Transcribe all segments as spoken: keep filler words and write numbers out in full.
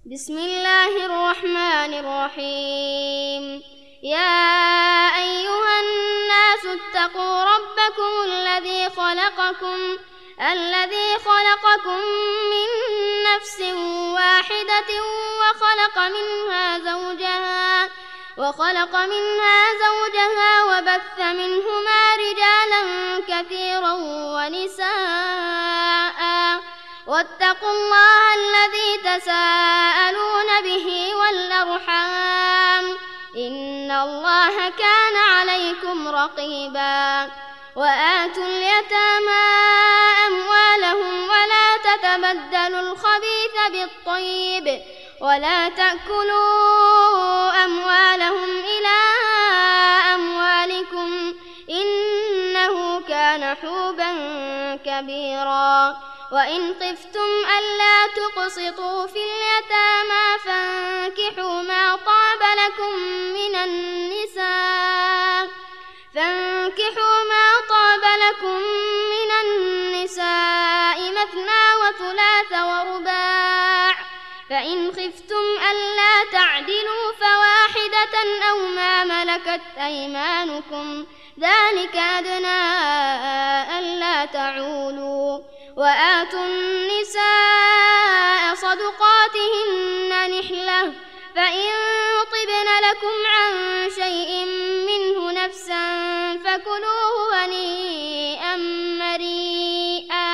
بسم الله الرحمن الرحيم. يا أيها الناس اتقوا ربكم الذي خلقكم الذي خلقكم من نفس واحدة وخلق منها زوجها وخلق منها زوجها وبث منهما رجالا كثيرا ونساء واتقوا الله الذي تساءلون به والأرحام إن الله كان عليكم رقيبا. وآتوا اليتامى أموالهم ولا تتبدلوا الخبيث بالطيب ولا تأكلوا أموالهم إلى أموالكم إنه كان حوبا كبيرا. وإن خفتم ألا تقسطوا في اليتامى فانكحوا ما طاب لكم من النساء فانكحوا ما طاب لكم من النساء مثنى وثلاث ورباع فإن خفتم ألا تعدلوا فواحدة أو ما ملكت أيمانكم ذلك أدنى ألا تعولوا. وآتوا النساء صدقاتهن نحلة فإن طبن لكم عن شيء منه نفسا فكلوه هنيئا مريئا.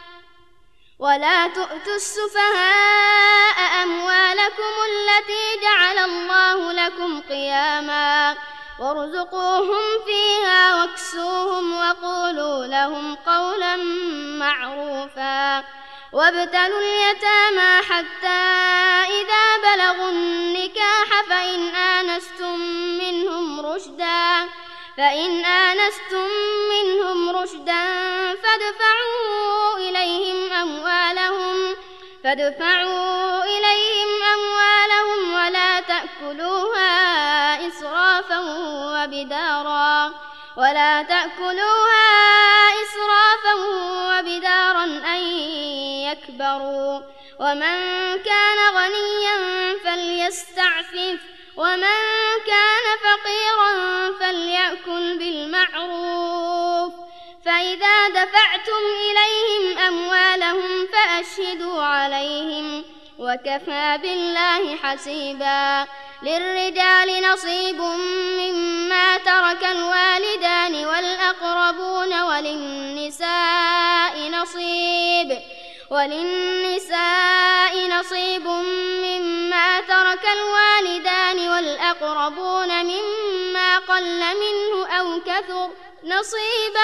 ولا تؤتوا السفهاء أموالكم التي جعل الله لكم قياما وارزقوهم فيها واكسوهم وقولوا لهم قولا معروفا. وابتلوا اليتامى حتى إذا بلغوا النكاح فإن آنستم منهم رشدا فإن آنستم منهم رشدا فادفعوا إليهم أموالهم فادفعوا إليهم أموالهم ولا تأكلوها إسرافا وبدارا ولا تأكلوها إسرافا وبدارا أن يكبروا. ومن كان غنيا فليستعفف ومن كان فقيرا فليأكل بالمعروف. فإذا دفعتم إليهم أموالهم فأشهدوا عليهم وكفى بالله حسيبا. للرجال نصيب مما ترك الوالدان والأقربون وللنساء نصيب وللنساء نصيب مما ترك الوالدان والأقربون مما قل منه أو كثر نصيبا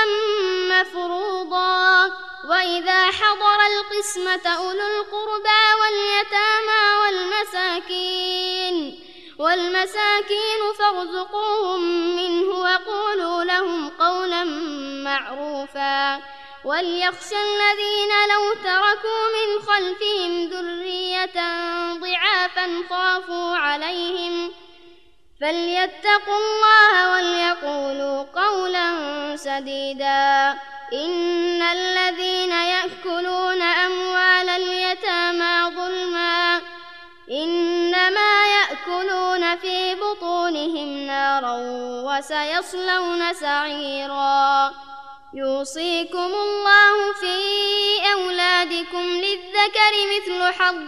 مفروضا. وإذا حضر القسمة أولو القربى واليتامى والمساكين والمساكين فارزقوهم منه وقولوا لهم قولا معروفا. وليخشى الذين لو تركوا من خلفهم ذرية ضعافا خافوا عليهم فليتقوا الله وليقولوا قولا سديدا. إن الذين يأكلون أموال اليتامى ظلما إنما يأكلون في بطونهم نارا وسيصلون سعيرا. يوصيكم الله في أولادكم للذكر مثل حظ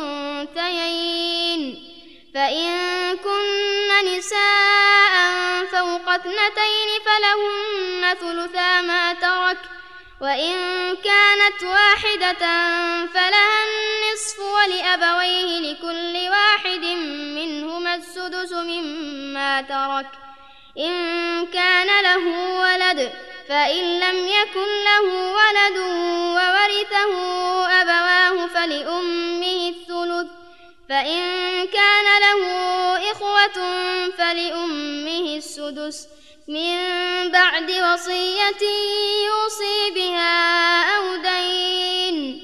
الأنثيين فإن كن نساء فوق اثنتين فلهن ثلثا ما ترك وإن كانت واحدة فلها النصف ولأبويه لكل واحد منهما السدس مما ترك إن كان له ولد فإن لم يكن له ولد وورثه أبواه فلأمه الثلث فإن كان له إخوة فلأمه السدس من بعد وصية يوصي بها أو دين.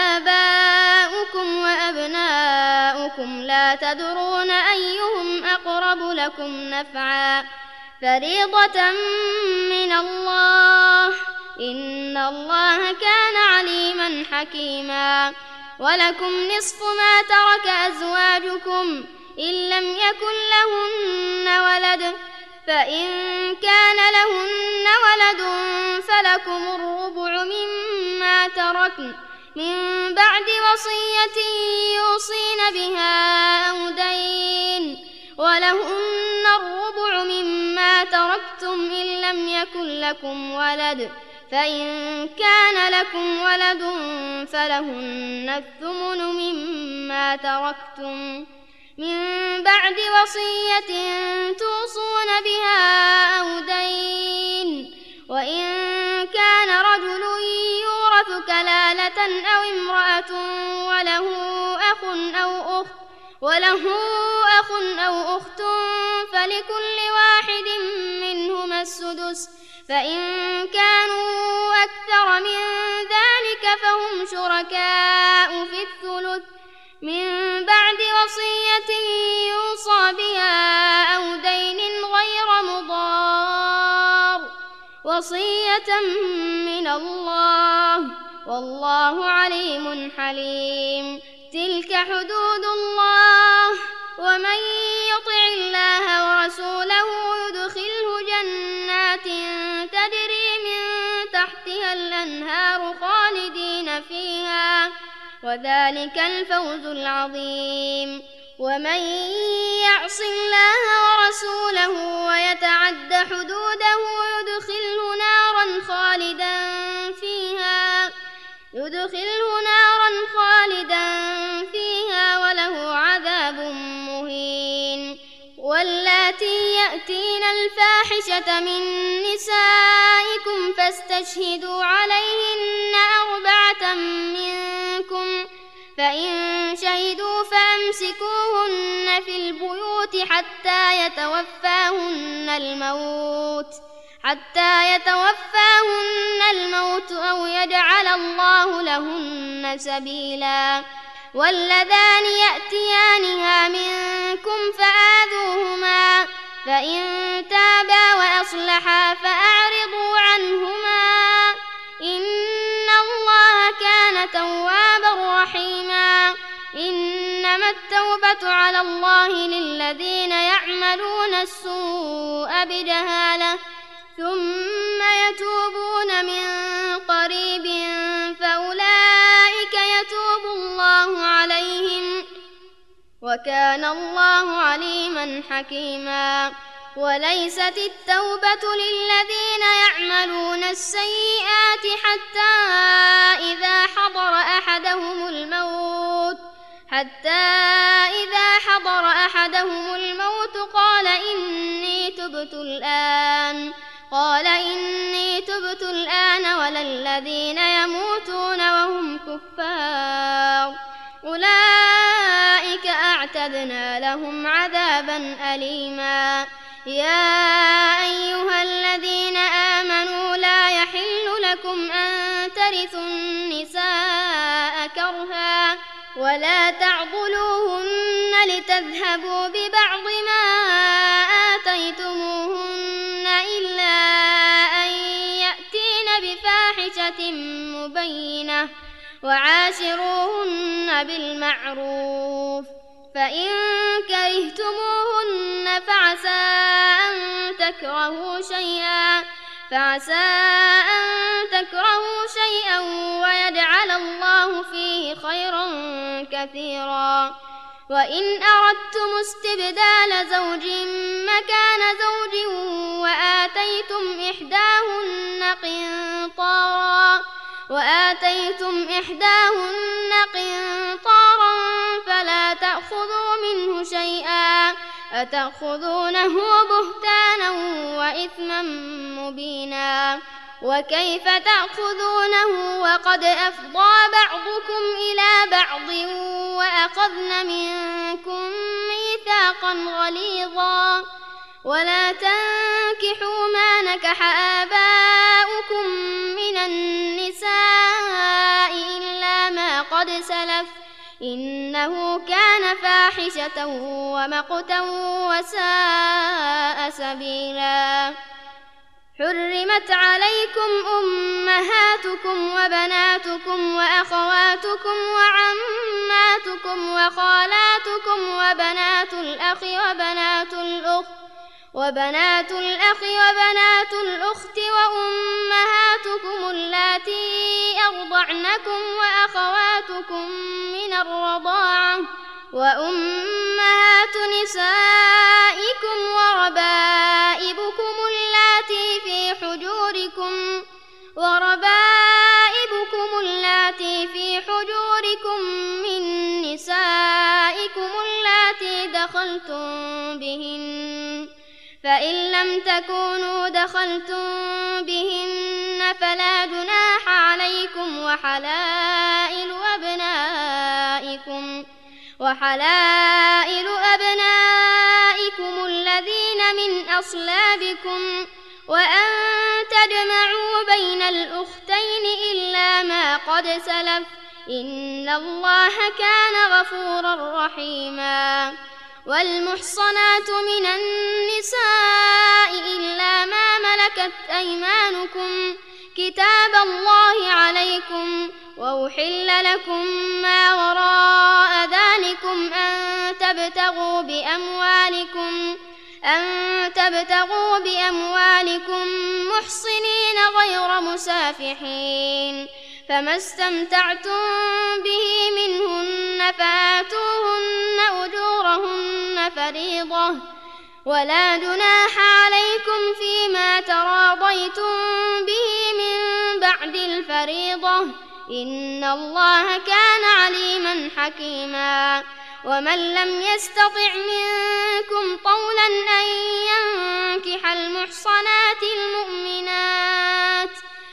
آباؤكم وأبناؤكم لا تدرون أيهم أقرب لكم نفعا فريضة من الله إن الله كان عليما حكيما. ولكم نصف ما ترك أزواجكم أموالكم إن لم يكن لهن ولد، فإن كان لهن ولد فلكم الربع مما تركن من بعد وصية يوصين بها أو دين، ولهن الربع مما تركتم إن لم يكن لكم ولد، فإن كان لكم ولد فلهن الثمن مما تركتم من بعد وصية توصون بها أو دين، وإن كان رجل يورث كلالة أو امرأة وله أخ أو أخت وله أخ أو أخت فلكل واحد منهما السدس، فإن كانوا أكثر من ذلك فهم شركاء في الثلث من بعد وصية يوصى بها أو دين غير مضار، وصية من الله والله عليم حليم. تلك حدود الله، ومن يطع الله ورسوله يدخله جنات تجري من تحتها الأنهار خالدين فيها، وذلك الفوز العظيم. ومن يعص الله ورسوله ويتعد حدوده يدخله نارا خالدا فيها يدخله نارا خالدا فيها وله عذاب مهين. واللاتي يأتين الفاحشة من نسائكم فاستشهدوا عليهن أربعة منكم، فإن شهدوا فأمسكوهن في البيوت حتى يتوفاهن الموت حتى يتوفاهن الموت أو يجعل الله لهن سبيلا. واللذان يأتيانها منكم فآذوهما، فإن تابا وأصلحا فأعرضوا عنهما، إن الله كان توابا رحيما. إنما التوبة على الله للذين يعملون السوء بجهالة ثم يتوبون من قريب فأولئك يتوب الله عليهم، وكان الله عليما حكيما. وليست التوبة للذين يعملون السيئات حتى إذا حضر أحدهم الموت حتى إذا حضر أحدهم الموت قال إني تبت الآن قال إني تبت الآن ولا الذين يموتون وهم كفار أولئك أعتدنا لهم عذابا أليما. يا أيها الذين آمنوا لا يحل لكم أن ترثوا النساء كرها ولا تعضلوهن لتذهبوا ببعض ما آتيتموهن إلا أن يأتين بفاحشة مبينة وعاشروهن بالمعروف، فإن كرهتموهن فعسى أن تكرهوا شيئا فعسى أن تكرهوا شيئا ويجعل الله فيه خيرا كثيرا. وإن أردتم استبدال زوج مكان زوج وآتيتم إحداهن قنطارا وآتيتم إحداهن قنطارا فلا تأخذوا منه شيئا أتأخذونه بهتانا وإثما مبينا. وكيف تأخذونه وقد أفضى بعضكم إلى بعض وأخذن منكم ميثاقا غليظا. ولا تنكحوا ما نكح آباؤكم من النساء إلا ما قد سلف إنه كان فاحشة ومقتا وساء سبيلا. حرمت عليكم أمهاتكم وبناتكم وأخواتكم وعماتكم وخالاتكم وبنات الأخ وبنات الأخت وبنات الأخ وبنات الأخت وأمهاتكم اللاتي أرضعنكم وأخواتكم من الرضاعة وأمهات نسائكم وربائبكم اللاتي في حجوركم وربائبكم اللاتي في حجوركم من نسائكم اللاتي دخلتم بهن فإن لم تكونوا دخلتم بهن فلا جناح عليكم وحلائل أبنائكم وحلائل أبنائكم الذين من أصلابكم وأن تجمعوا بين الأختين إلا ما قد سلف إن الله كان غفورا رحيما. والمحصنات من النساء إلا ما ملكت أيمانكم كتاب الله عليكم وأحل لكم ما وراء ذلكم أن تبتغوا بأموالكم أن تبتغوا بأموالكم محصنين غير مسافحين فما استمتعتم به منهن فآتوهن أجورهن فريضة ولا جناح عليكم فيما تراضيتم به من بعد الفريضة إن الله كان عليما حكيما. ومن لم يستطع منكم طولا أن ينكح المحصنات المؤمنات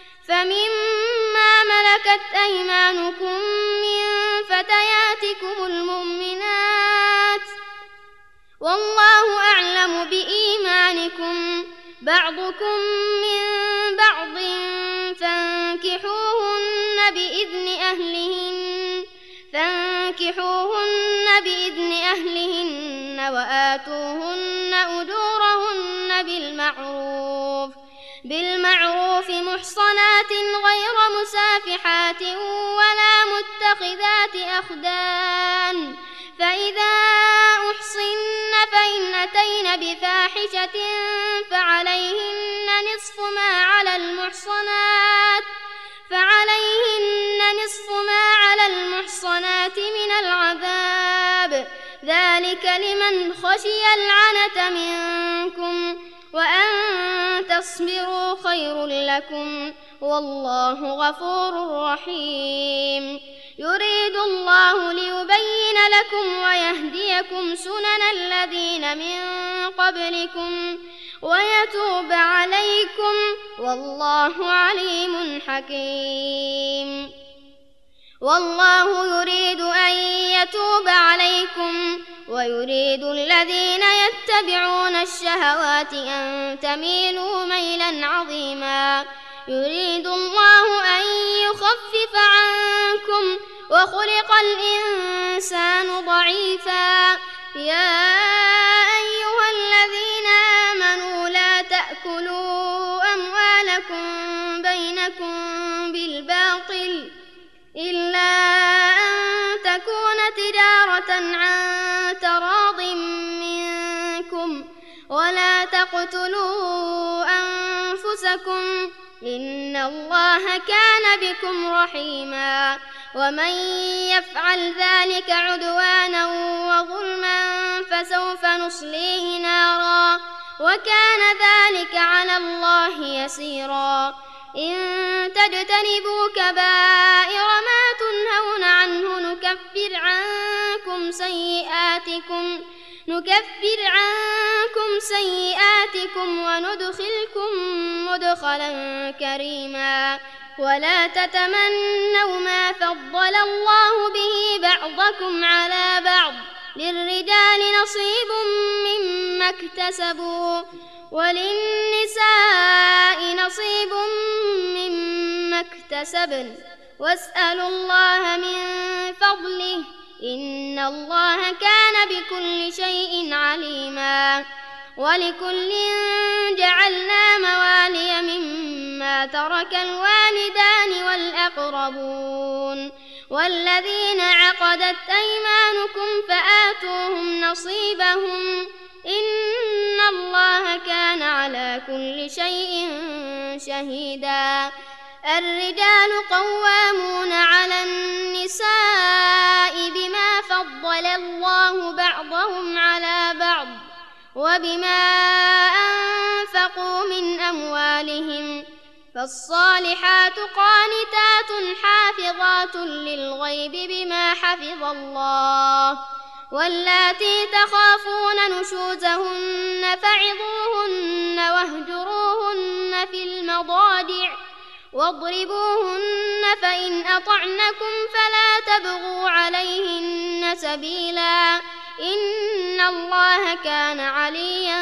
فمما ملكت أيمانكم من فتياتكم المؤمنات والله أعلم بإيمانكم بعضكم من بعض فانكحوهن بإذن أهلهن فانكحوهن بإذن أهلهن وآتوهن أجورهن بالمعروف بالمعروف محصنات غير مسافحات ولا متخذات أخدان فإذا أحصن فإن أتين بفاحشة فعليهن نصف ما على المحصنات فعليهن نصف ما على المحصنات من العذاب ذلك لمن خشي العنة منكم وأن تصبروا خير لكم والله غفور رحيم. يريد الله ليبين لكم ويهديكم سنن الذين من قبلكم ويتوب عليكم والله عليم حكيم. والله يريد أن يتوب عليكم ويريد الذين يتبعون الشهوات أن تميلوا ميلا عظيما. يريد الله أن يخفف عنكم وخلق الإنسان ضعيفا. يا أيها الذين آمنوا لا تأكلوا أموالكم بينكم بالباطل إلا أن تكون تجارة عن تراض منكم ولا تقتلوا أنفسكم إن الله كان بكم رحيما. ومن يفعل ذلك عدوانا وظلما فسوف نصليه نارا وكان ذلك على الله يسيرا. إن تجتنبوا كبائر ما تنهون عنه نكفر عنكم سيئاتكم نكفر عنكم سيئاتكم وندخلكم مدخلا كريما. ولا تتمنوا ما فضل الله به بعضكم على بعض للرجال نصيب مما اكتسبوا وللنساء نصيب مما اكتسبن واسألوا الله من فضله إن الله كان بكل شيء عليما. ولكل جعلنا موالي مما ترك الوالدان والأقربون والذين عقدت أيمانكم فآتوهم نصيبهم إن الله كان على كل شيء شهيدا. الرجال قوامون على النساء بما فضل الله بعضهم على بعض وبما أنفقوا من أموالهم، فالصالحات قانتات حافظات للغيب بما حفظ الله، واللاتي تخافون نشوزهن فعظوهن واهجروهن في المضاجع واضربوهن، فإن أطعنكم فلا تبغوا عليهن سبيلا إن الله كان عليا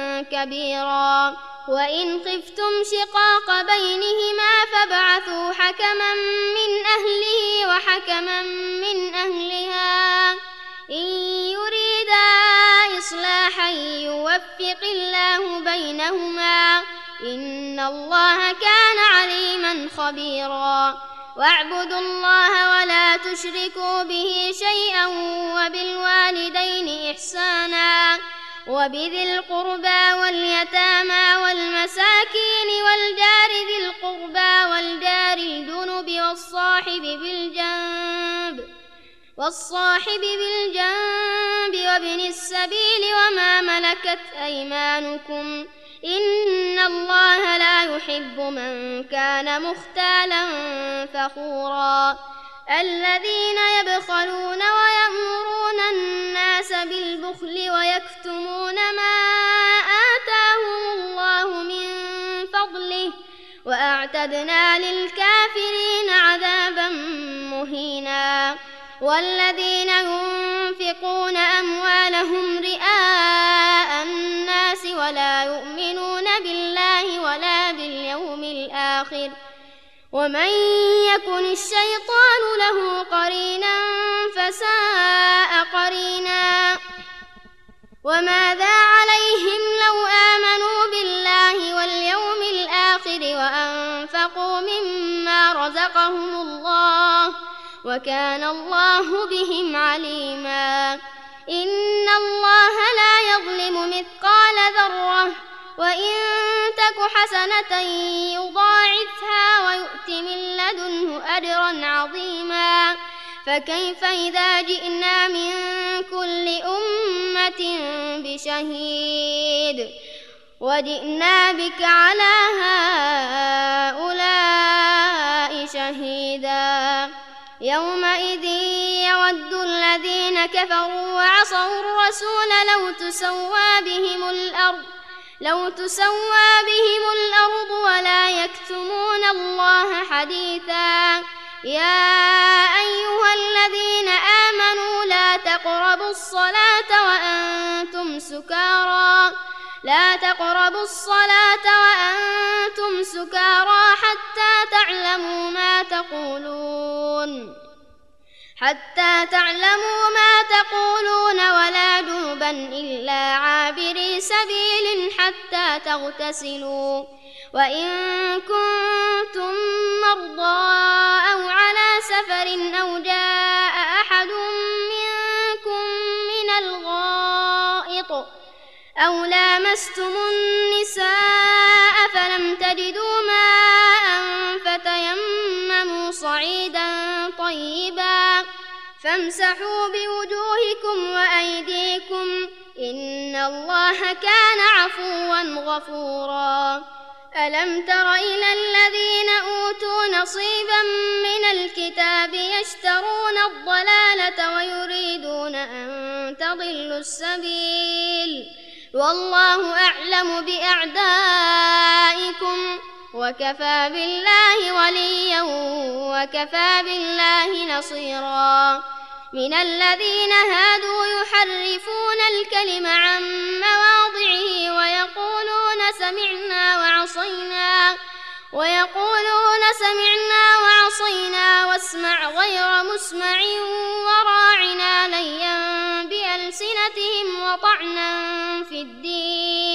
كبيرا. وإن خفتم شقاق بينهما فابعثوا حكما من أهله وحكما من أهلها إن يريدا إصلاحا يوفق الله بينهما إن الله كان عليما خبيرا. واعبدوا الله ولا تشركوا به شيئا وبالوالدين إحسانا وبذي القربى واليتامى والمساكين والجار ذي القربى والجار الجنب والصاحب بالجنب والصاحب بالجنب وابن السبيل وما ملكت أيمانكم إن الله لا يحب من كان مختالا فخورا. الذين يبخلون ويأمرون الناس بالبخل ويكتمون ما آتاهم الله من فضله وأعتدنا للكافرين عذابا مهينا. والذين ينفقون أموالهم رئاء الناس ولا يؤمنون بالله ولا باليوم الآخر ومن يكن الشيطان له قرينا فساء قرينا. وماذا عليهم لو آمنوا بالله واليوم الآخر وأنفقوا مما رزقهم الله وكان الله بهم عليما. إن الله لا يظلم مثقال ذرة وإن تك حسنة يضاعفها ويؤت من لدنه أجرا عظيما. فكيف إذا جئنا من كل أمة بشهيد وجئنا بك على هؤلاء شهيدا. يومئذ يود الذين كفروا وعصوا الرسول لو تسوى بهم الأرض لو تسوى بهم الأرض ولا يكتمون الله حديثا. يا أيها الذين آمنوا لا تقربوا الصلاة وأنتم سكارى لا تقربوا الصلاة وأنتم سكارى حتى تعلموا ما تقولون حتى تعلموا ما تقولون ولا جنبا إلا عابري سبيل حتى تغتسلوا وإن كنتم مرضى أو على سفر أو جاء أحد منكم من الغائط أو لامستم النساء فلم تجدوا ماء فتيمموا صعيدا طيبا فامسحوا بوجوهكم وأيديكم إن الله كان عفوا غفورا. ألم تر إلى الذين أوتوا نصيبا من الكتاب يشترون الضلالة ويريدون أن تضلوا السبيل والله أعلم بأعدائكم وكفى بالله وليا وكفى بالله نصيرا. من الذين هادوا يحرفون الكلم عن مواضعه ويقولون سمعنا وعصينا ويقولون سمعنا وعصينا واسمع غير مسمع وراعنا ليا بألسنتهم وطعنا في الدين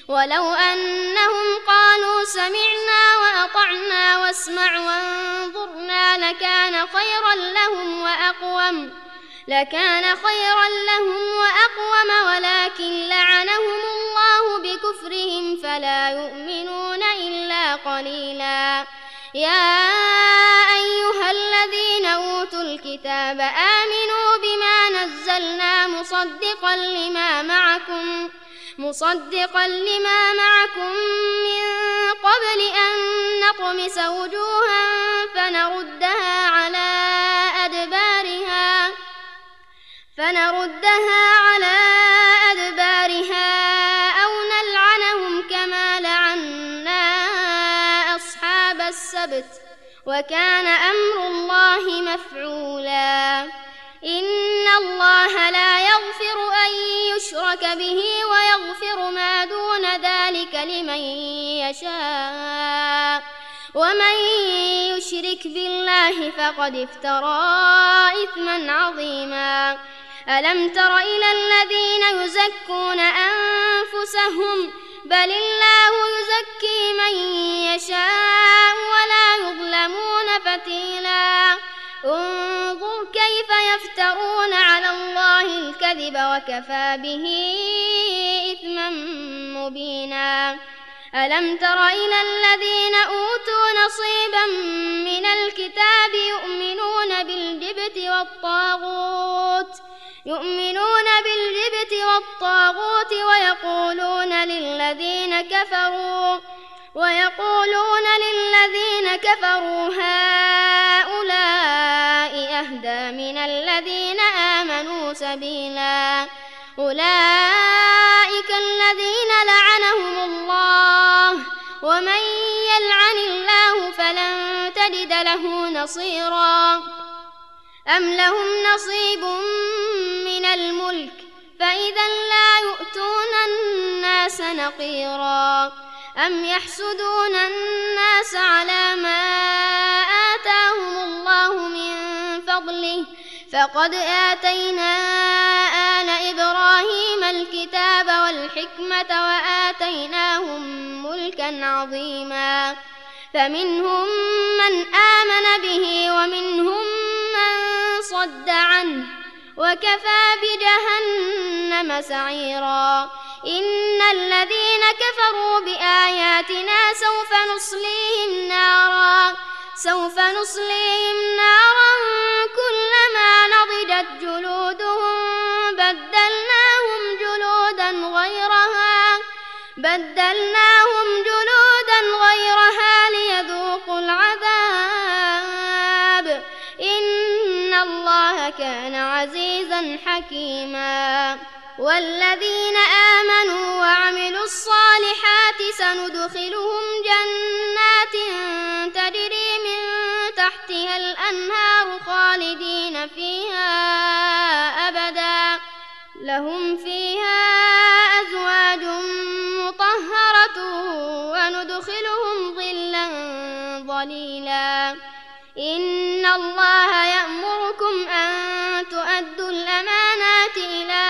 ولو أنهم قالوا سمعنا وأطعنا واسمع وانظرنا لكان خيرا لهم وأقوم لكان خيرا لهم وأقوم ولكن لعنهم الله بكفرهم فلا يؤمنون إلا قليلا. يا أيها الذين أوتوا الكتاب آمنوا بما نزلنا مصدقا لما معكم مصدقا لما معكم من قبل أن نطمس وجوها فنردها على أدبارها فنردها على أدبارها أو نلعنهم كما لعنا أصحاب السبت وكان أمر الله مفعولا. إن الله لا يغفر أن يشرك به ويغفر ما دون ذلك لمن يشاء ومن يشرك بالله فقد افترى إثما عظيما. ألم تر إلى الذين يزكون أنفسهم بل الله يزكي من يشاء ولا يظلمون فتيلا. انظر كيف يفترون على الله الكذب وكفى به إثما مبينا. ألم تر إلى الذين أوتوا نصيبا من الكتاب يؤمنون بالجبت والطاغوت يؤمنون بالجبت والطاغوت ويقولون للذين كفروا ويقولون للذين كفروا هؤلاء أهدى من الذين آمنوا سبيلا. أولئك الذين لعنهم الله ومن يلعن الله فلن تجد له نصيرا. أم لهم نصيب من الملك فإذا لا يؤتون الناس نقيرا. أم يحسدون الناس على ما آتاهم الله من فضله فقد آتينا آل إبراهيم الكتاب والحكمة وآتيناهم ملكا عظيما. فمنهم من آمن به ومنهم من صد عنه وكفى بجهنم سعيرا. إن الذين كفروا بآياتنا سوف نصليهم نارا سوف نصليهم نارا كلما نضجت جلودهم بدلناهم جلودا غيرها بدلناهم جلودا غيرها ليذوقوا العذاب إن الله كان عزيزا حكيما. والذين آمنوا وعملوا الصالحات سندخلهم جنات تجري من تحتها الأنهار خالدين فيها أبدا لهم فيها أزواج مطهرة وندخلهم ظلا ظليلا. إن الله يأمركم أن تؤدوا الأمانات إلى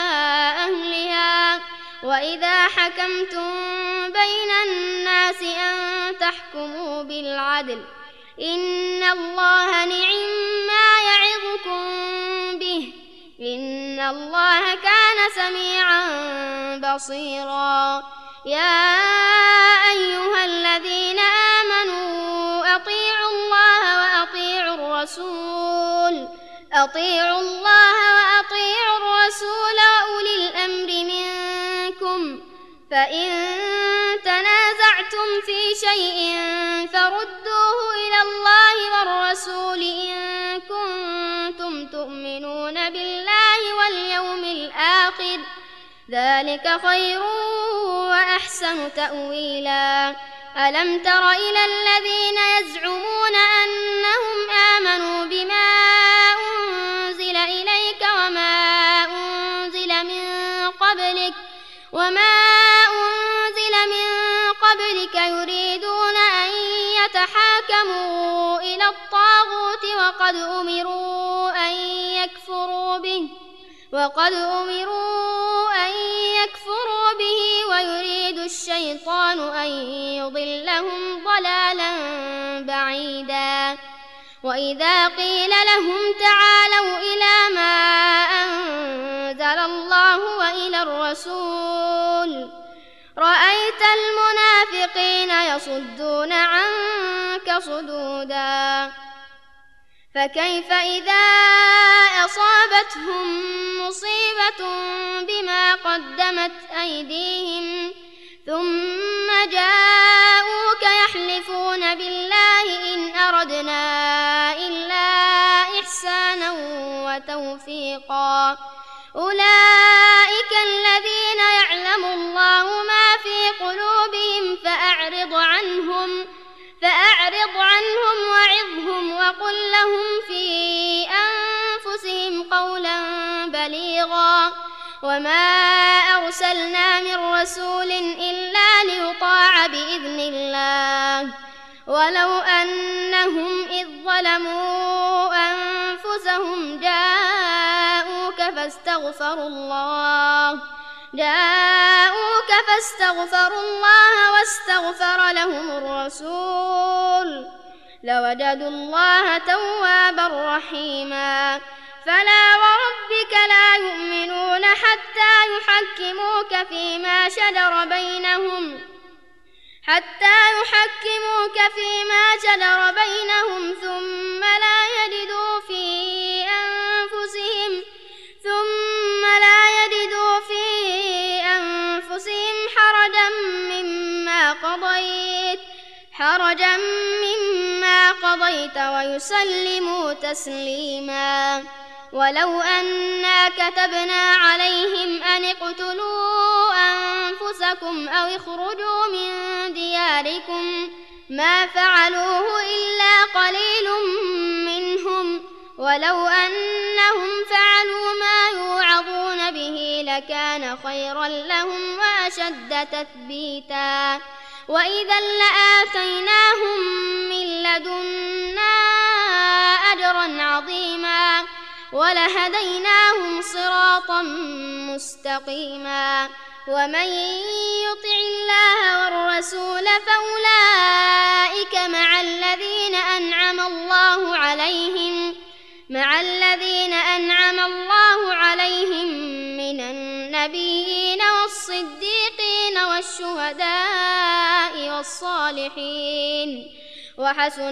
أهلها وإذا حكمتم بين الناس أن تحكموا بالعدل إن الله نعما يعظكم به إن الله كان سميعا بصيرا. يا أيها الذين آمنوا أطيعوا الله وأطيعوا الرسول أطيعوا الله وأطيعوا الرسول وأولي الأمر منكم فإن تنازعتم في شيء فردوه إلى الله والرسول إن كنتم تؤمنون بالله واليوم الآخر ذلك خير وأحسن تأويلا. ألم تر إلى الذين يزعمون أنهم آمنوا بما أنزل إليك وما أنزل من قبلك وما أنزل من قبلك يريدون أن يتحاكموا إلى الطاغوت وقد أمروا أن يكفروا به وقد أمروا أن يكفروا به ويريد الشيطان أن يضلهم ضلالا بعيدا. وإذا قيل لهم تعالوا إلى ما أنزل الله وإلى الرسول رأيت المنافقين يصدون عنك صدودا. فكيف إذا أصابتهم مصيبة بما قدمت أيديهم ثم جاءوك يحلفون بالله إن أردنا إلا إحسانا وتوفيقا أولئك الذين يعلم الله ما في قلوبهم فأعرض عنهم فأعرض عنهم وعظهم وقل لهم في أنفسهم قولا بليغا. وما أرسلنا من رسول إلا ليطاع بإذن الله ولو أنهم إذ ظلموا أنفسهم جاءوك فاستغفروا الله جاءوك فاستغفروا الله واستغفر لهم الرسول لوجدوا الله توابا رحيما. فلا وربك لا يؤمنون حتى يحكموك فيما شجر بينهم حتى يحكموك فيما شجر بينهم ثم لا يجدوا في أنفسهم ثم لا يجدوا في أنفسهم حرجا مما قضيت حرجا مما قضيت ويسلموا تسليما. ولو أنا كتبنا عليهم أن اقتلوا أنفسكم أو اخرجوا من دياركم ما فعلوه إلا قليل منهم ولو أنهم فعلوا ما يوعظون به لكان خيرا لهم وأشد تثبيتا. وإذا لآتيناهم من لدنا أجرا عظيما ولهديناهم صراطا مستقيما. ومن يطع الله والرسول فأولئك مع الذين أنعم الله عليهم مع الذين أنعم الله عليهم من النبيين والصديقين والشهداء والصالحين وحسن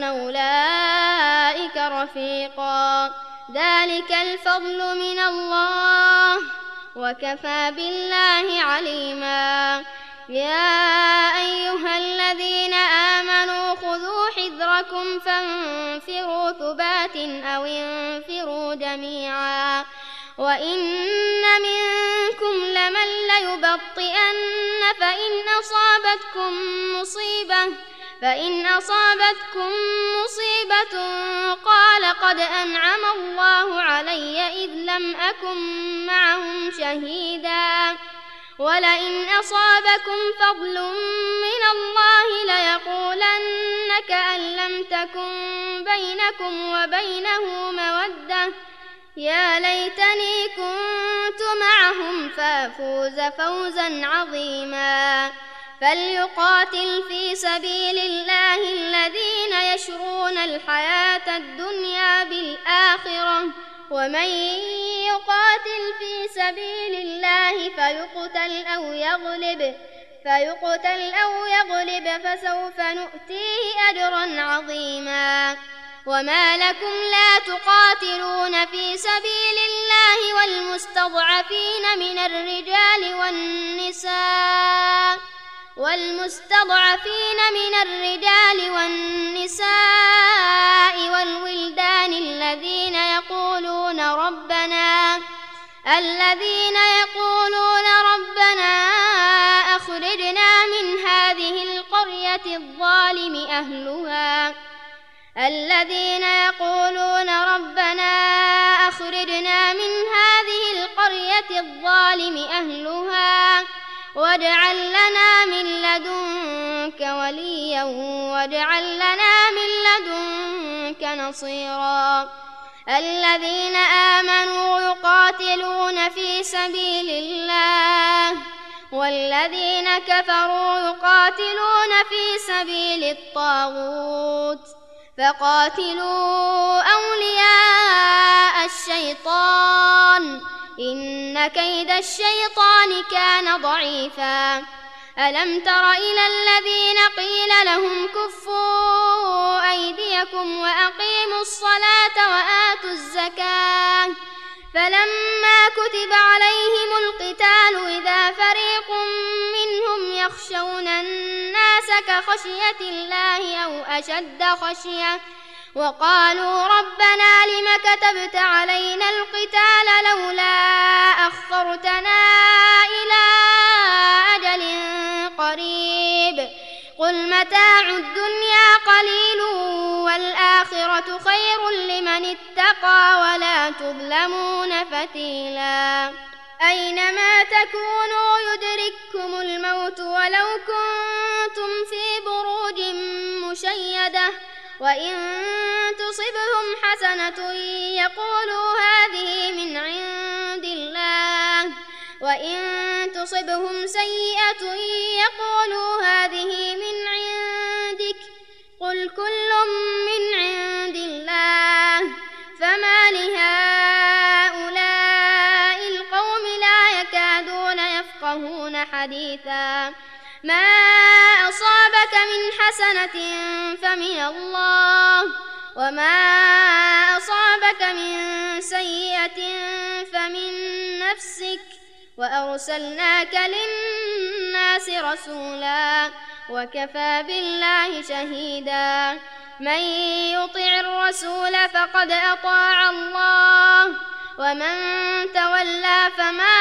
أولئك رفيقا. ذلك الفضل من الله وكفى بالله عليما. يا أيها الذين آمنوا خذوا حذركم فانفروا ثبات أو انفروا جميعا وإن منكم لمن ليبطئن فإن أصابتكم مصيبة فإن أصابتكم مصيبة قال قد أنعم الله علي إذ لم أكن معهم شهيدا ولئن أصابكم فضل من الله ليقولن كأن لم تكن بينكم وبينه مودة يا ليتني كنت معهم فأفوز فوزا عظيما. فليقاتل في سبيل الله الذين يشرون الحياة الدنيا بالآخرة ومن يقاتل في سبيل الله فيقتل أو يغلب فيقتل أو يغلب فسوف نؤتيه أجرا عظيما. وما لكم لا تقاتلون في سبيل الله والمستضعفين من الرجال والنساء والمستضعفين من الرجال والنساء والولدان الذين يقولون ربنا الذين يقولون ربنا أخرجنا من هذه القرية الظالم أهلها الذين يقولون ربنا أخرجنا من هذه القرية الظالم أهلها واجعل لنا من لدنك وليا واجعل لنا من لدنك نصيرا. الذين آمنوا يقاتلون في سبيل الله والذين كفروا يقاتلون في سبيل الطاغوت فقاتلوا أولياء الشيطان إن كيد الشيطان كان ضعيفا ألم تر إلى الذين قيل لهم كفوا أيديكم وأقيموا الصلاة وآتوا الزكاة فلما كتب عليهم القتال إذا فريق منهم يخشون الناس كخشية الله أو أشد خشية وقالوا ربنا لم كتبت علينا القتال لولا أخرتنا إلى أجل قريب قل متاع الدنيا قليل والآخرة خير لمن اتقى ولا تظلمون فتيلا أينما تكونوا يدرككم الموت ولو كنتم في بروج مشيدة وإن تصبهم حسنة يقولوا هذه من عند الله وإن تصبهم سيئة يقولوا هذه من عندك قل كل من عند الله فما لهؤلاء القوم لا يكادون يفقهون حديثا ما أصابك من حسنة فمن الله وما أصابك من سيئة فمن نفسك وأرسلناك للناس رسولا وكفى بالله شهيدا من يطع الرسول فقد أطاع الله ومن تولى فما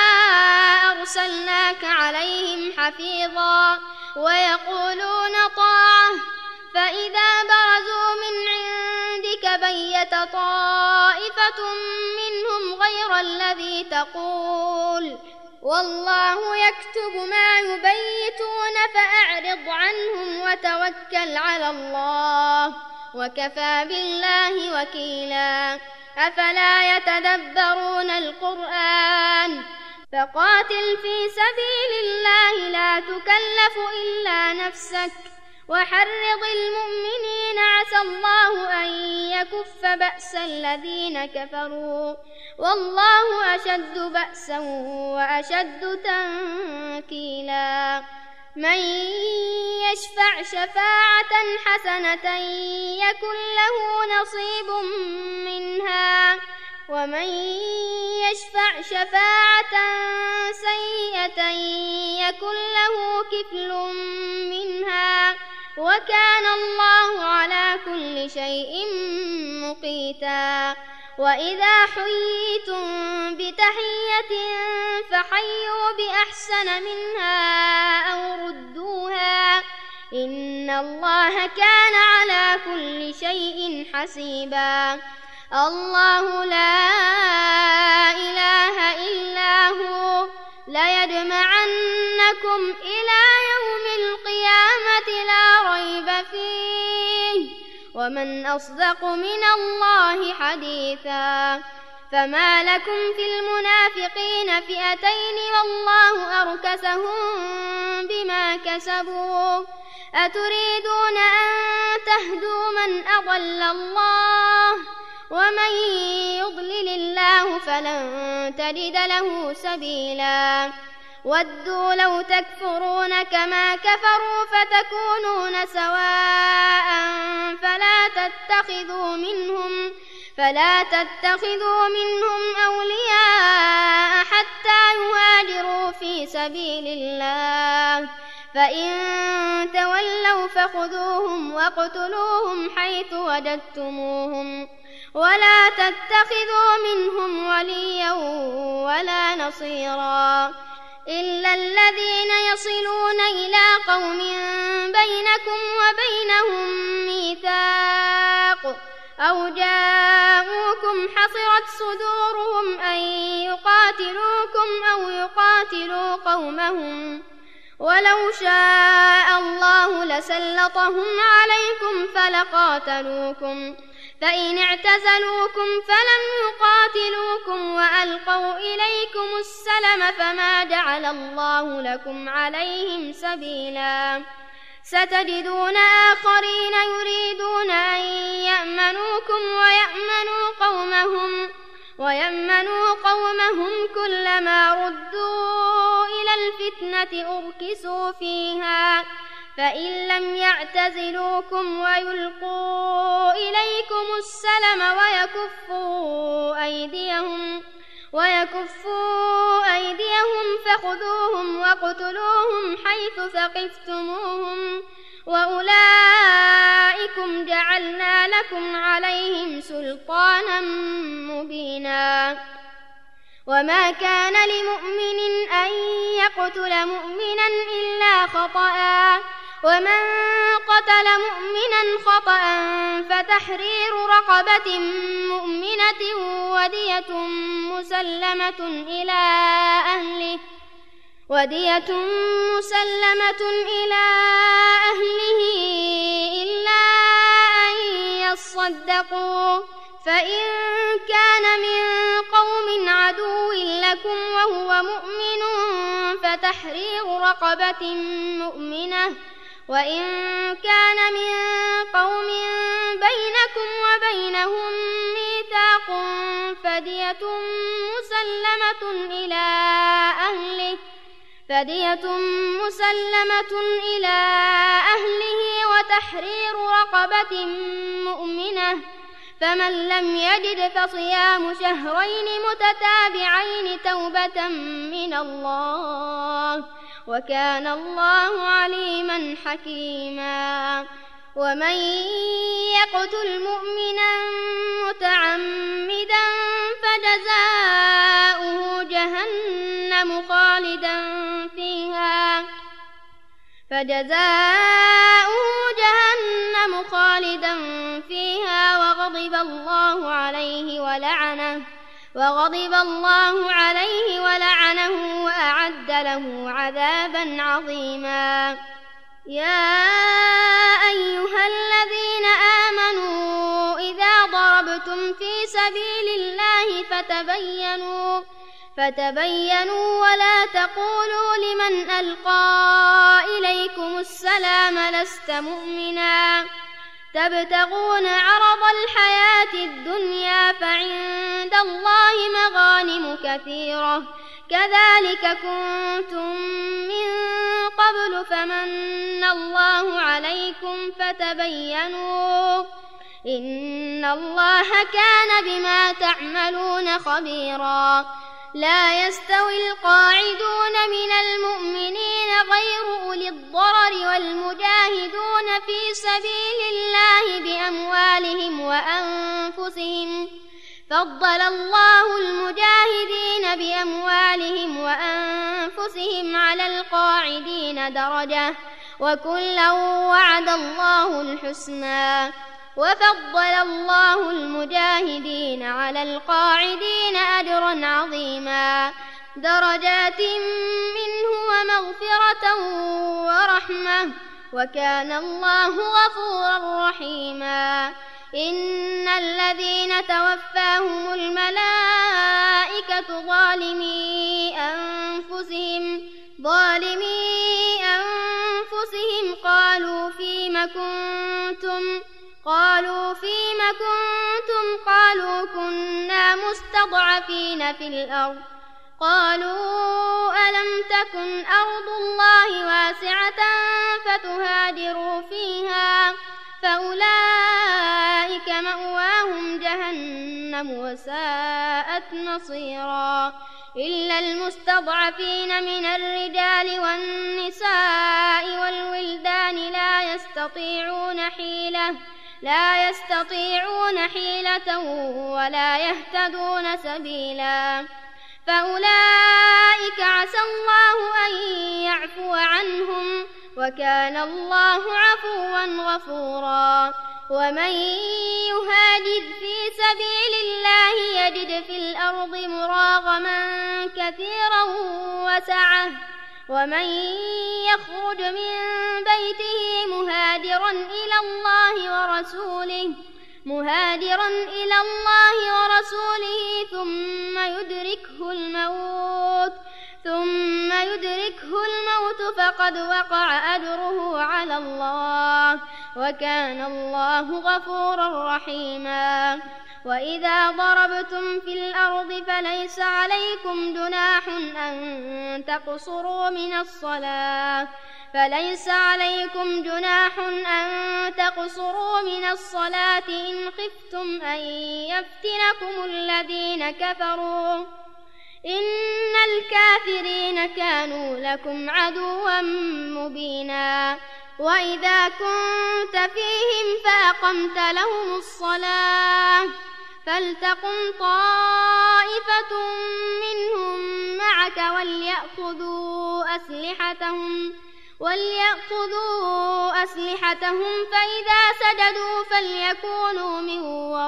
أرسلناك عليهم حفيظا ويقولون طاعة فإذا برزوا من عندك بيت طائفة منهم غير الذي تقول والله يكتب ما يبيتون فأعرض عنهم وتوكل على الله وكفى بالله وكيلا أفلا يتدبرون القرآن فقاتل في سبيل الله لا تكلف إلا نفسك وحرض المؤمنين عسى الله أن يكف بأس الذين كفروا والله أشد بأسا وأشد تنكيلا من يشفع شفاعة حسنة يكن له نصيب منها ومن يشفع شفاعة سيئة يكن له كفل منها وكان الله على كل شيء مقيتا وإذا حييتم بتحية فحيوا بأحسن منها أو ردوها إن الله كان على كل شيء حسيبا الله لا إله إلا هو ليجمعنكم إلى يوم القيامة لا ريب فيه ومن أصدق من الله حديثا فما لكم في المنافقين فئتين والله أركسهم بما كسبوا أتريدون أن تهدوا من أضل الله ومن يضلل الله فلن تجد له سبيلا ودوا لو تكفرون كما كفروا فتكونون سواء فلا تتخذوا منهم فلا تتخذوا منهم أولياء حتى يهاجروا في سبيل الله فإن تولوا فخذوهم واقتلوهم حيث وجدتموهم ولا تتخذوا منهم وليا ولا نصيرا إلا الذين يصلون إلى قوم بينكم وبينهم ميثاق أو جاءوكم حصرت صدورهم أن يقاتلوكم أو يقاتلوا قومهم ولو شاء الله لسلطهم عليكم فلقاتلوكم فإن اعتزلوكم فلم يقاتلوكم وألقوا إليكم السلم فما جعل الله لكم عليهم سبيلا ستجدون آخرين يريدون أن يأمنوكم ويأمنوا قومهم ويأمنوا قومهم كلما ردوا إلى الفتنة أركسوا فيها فإن لم يعتزلوكم ويلقوا إليكم السلم ويكفوا أيديهم ويكفوا أيديهم فخذوهم واقتلوهم حيث ثقفتموهم وأولئكم جعلنا لكم عليهم سلطانا مبينا وما كان لمؤمن أن يقتل مؤمنا إلا خطأ ومن قتل مؤمنا خطأ فتحرير رقبة مؤمنة ودية مسلمة إلى أهله ودية مسلمة إلى أهله إلا أن يصدقوا فإن كان من قوم عدو لكم وهو مؤمن فتحرير رقبة مؤمنة وإن كان من قوم بينكم وبينهم ميثاق فدية مسلمة إلى أهله فدية مسلمة إلى أهله وتحرير رقبة مؤمنة فمن لم يجد فصيام شهرين متتابعين توبة من الله وكان الله عليما حكيما ومن يقتل مؤمنا متعمدا فجزاؤه جهنم خالدا فيها فجزاؤه جهنم خالدا فيها وغضب الله عليه ولعنه وغضب الله عليه ولعنه وأعد له عذابا عظيما يا أيها الذين آمنوا إذا ضربتم في سبيل الله فتبينوا فتبينوا ولا تقولوا لمن ألقى إليكم السلام لست مؤمنا تبتغون عرض الحياة الدنيا فعند الله مغانم كثيرة كذلك كنتم من قبل فمن الله عليكم فتبينوا إن الله كان بما تعملون خبيرا لا يستوي القاعدون من المؤمنين غير أولي الضرر والمجاهدون في سبيل الله بأموالهم وأنفسهم فضل الله المجاهدين بأموالهم وأنفسهم على القاعدين درجة وكلا وعد الله الحسنى وفضل الله المجاهدين على القاعدين أجرا عظيما درجات منه ومغفرة ورحمة وكان الله غفورا رحيما إن الذين توفاهم الملائكة ظالمي أنفسهم ظالمي أنفسهم قالوا فيم كنتم قالوا فيم كنتم قالوا كنا مستضعفين في الأرض قالوا ألم تكن أرض الله واسعة فتهاجروا فيها فأولئك مأواهم جهنم وساءت مصيرا إلا المستضعفين من الرجال والنساء والولدان لا يستطيعون حيلة لا يستطيعون حيلة ولا يهتدون سبيلا فأولئك عسى الله أن يعفو عنهم وكان الله عفوا غفورا ومن يهاجر في سبيل الله يجد في الأرض مراغما كثيرا وسعة ومن يخرج من بيته مهاجرا إلى الله ورسوله مهاجرا إلى الله ورسوله ثم يدركه الموت ثم يدركه الموت فقد وقع أجره على الله وكان الله غفورا رحيما. وإذا ضربتم في الأرض فليس عليكم جناح أن تقصروا من الصلاة فليس عليكم جناح أن تقصروا من الصلاة إن خفتم أن يفتنكم الذين كفروا إن الكافرين كانوا لكم عدوا مبينا. وإذا كنت فيهم فأقمت لهم الصلاة فلتقم طائفة منهم معك وليأخذوا أسلحتهم وليأخذوا أسلحتهم فإذا سجدوا فليكونوا من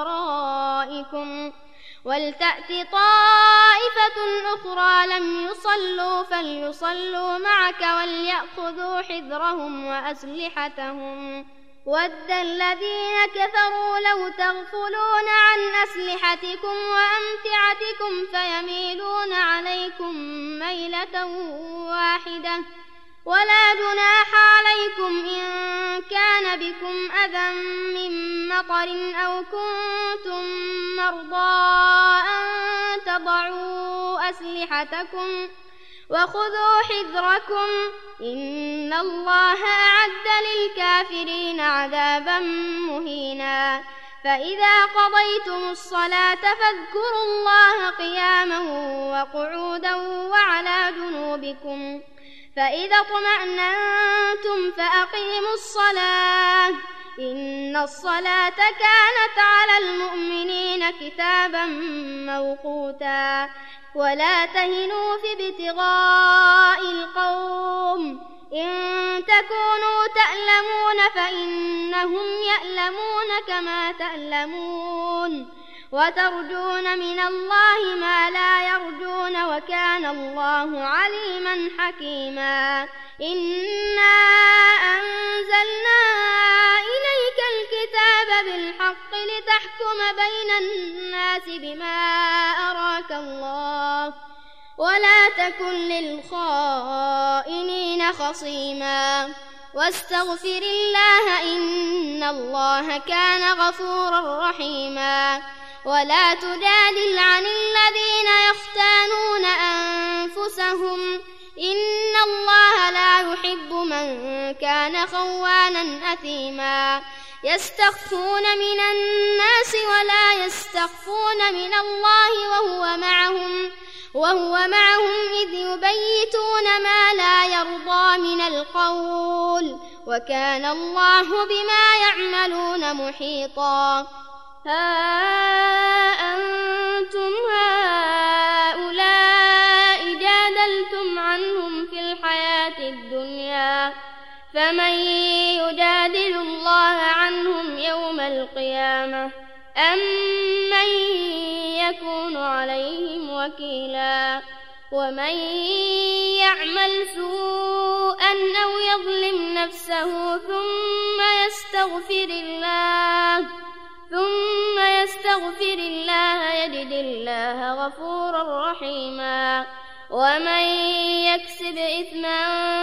ورائكم ولتأت طائفة أخرى لم يصلوا فليصلوا معك وليأخذوا حذرهم وأسلحتهم ود الذين كفروا لو تغفلون عن أسلحتكم وأمتعتكم فيميلون عليكم ميلة واحدة ولا جناح عليكم إن كان بكم أذى من مطر أو كنتم مرضى أن تضعوا أسلحتكم وخذوا حذركم إن الله أعد للكافرين عذابا مهينا. فإذا قضيتم الصلاة فاذكروا الله قياما وقعودا وعلى جنوبكم فإذا اطمأننتم فأقيموا الصلاة إن الصلاة كانت على المؤمنين كتابا موقوتا. ولا تهنوا في ابتغاء القوم إن تكونوا تألمون فإنهم يألمون كما تألمون وترجون من الله ما لا يرجون وكان الله عليما حكيما. إنا أنزلنا إليك الكتاب بالحق لتحكم بين الناس بما أراك الله ولا تكن للخائنين خصيما. واستغفر الله إن الله كان غفورا رحيما. ولا تجادل عن الذين يختانون أنفسهم إن الله لا يحب من كان خوانا أثيما. يستخفون من الناس ولا يستخفون من الله وهو معهم وهو معهم إذ يبيتون ما لا يرضى من القول وكان الله بما يعملون محيطا. ها أنتم هؤلاء جادلتم عنهم في الحياة الدنيا فمن يجادل الله عنهم يوم القيامة أم من يكون عليهم وكيلا. ومن يعمل سوءا أو يظلم نفسه ثم يستغفر الله ثم يستغفر الله يجد الله غفورا رحيما. ومن يكسب إثما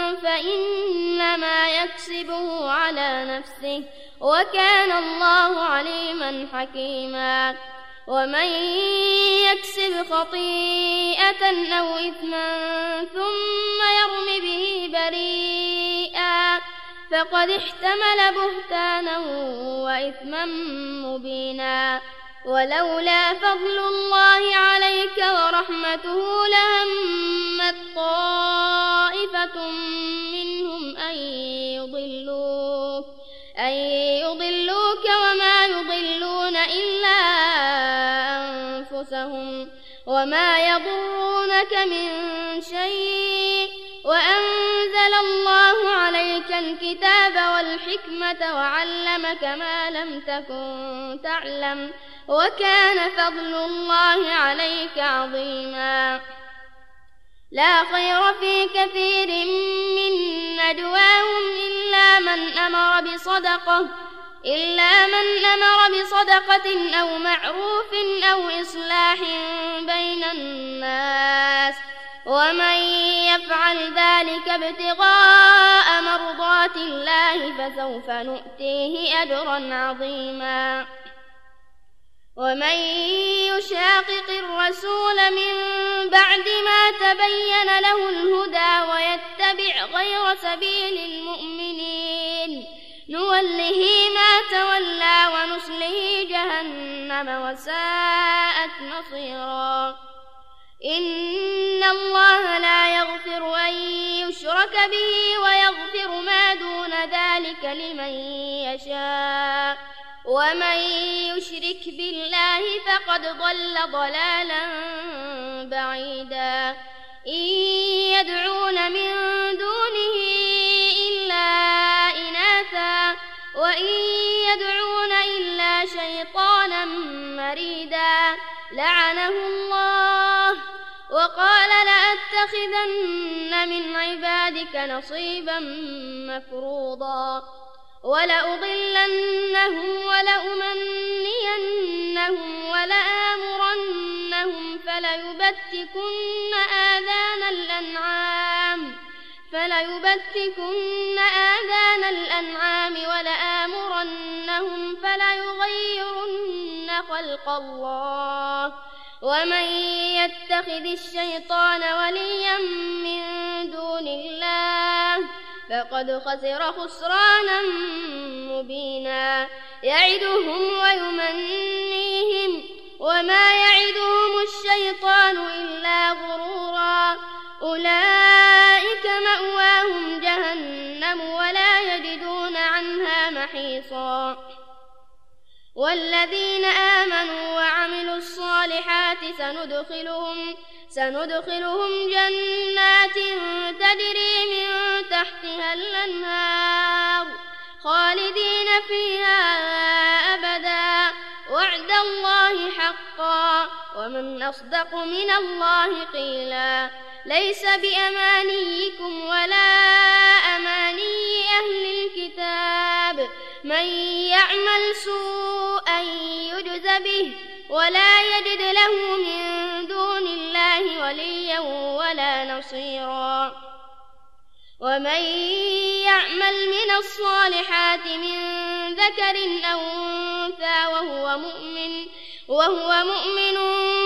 فإنما يكسبه على نفسه وكان الله عليما حكيما. ومن يكسب خطيئة أو إثما ثم يرم به بريئا فقد احتمل بهتانا وإثما مبينا. ولولا فضل الله عليك ورحمته لهمت طائفة منهم أن يضلوك أن يضلوك وما يضلون إلا أنفسهم وما يضرونك من شيء وأنزل الله عليك الكتاب والحكمة وعلمك ما لم تكن تعلم وكان فضل الله عليك عظيما. لا خير في كثير من نجواهم إلا من أمر بصدقة إلا من أمر بصدقة أو معروف أو إصلاح بين الناس، ومن يفعل ذلك ابتغاء مرضات الله فسوف نؤتيه أجرا عظيما. ومن يشاقق الرسول من بعد ما تبين له الهدى ويتبع غير سبيل المؤمنين نوله ما تولى ونصله جهنم وساءت مصيرا. إن الله لا يغفر أن يشرك به ويغفر ما دون ذلك لمن يشاء، ومن يشرك بالله فقد ضل ضلالا بعيدا. إن يدعون من دونه إلا إناثا وإن يدعون إلا شيطانا مريدا لعنه الله وقال لأتخذن من عبادك نصيبا مفروضا ولأضلنهم ولأمنينهم ولآمرنهم فليبتكن آذان الأنعام فليبتكن آذان الأنعام ولآمرنهم فليغيرن خلق الله. ومن يتخذ الشيطان وليا من دون الله فقد خسر خسرانا مبينا. يعدهم ويمنيهم وما يعدهم الشيطان إلا غرورا. أولئك مأواهم جهنم ولا يجدون عنها محيصا. والذين آمنوا وعملوا الصالحات سندخلهم سندخلهم جنات تجري من تحتها الأنهار خالدين فيها أبدا وعد الله حقا ومن أصدق من الله قيلا. ليس بأمانيكم ولا أماني أهل الكتاب من يعمل سوءا يجز به ولا يجد له من دون الله وليا ولا نصيرا. ومن يعمل من الصالحات من ذكر أو أنثى وهو مؤمن وهو مؤمن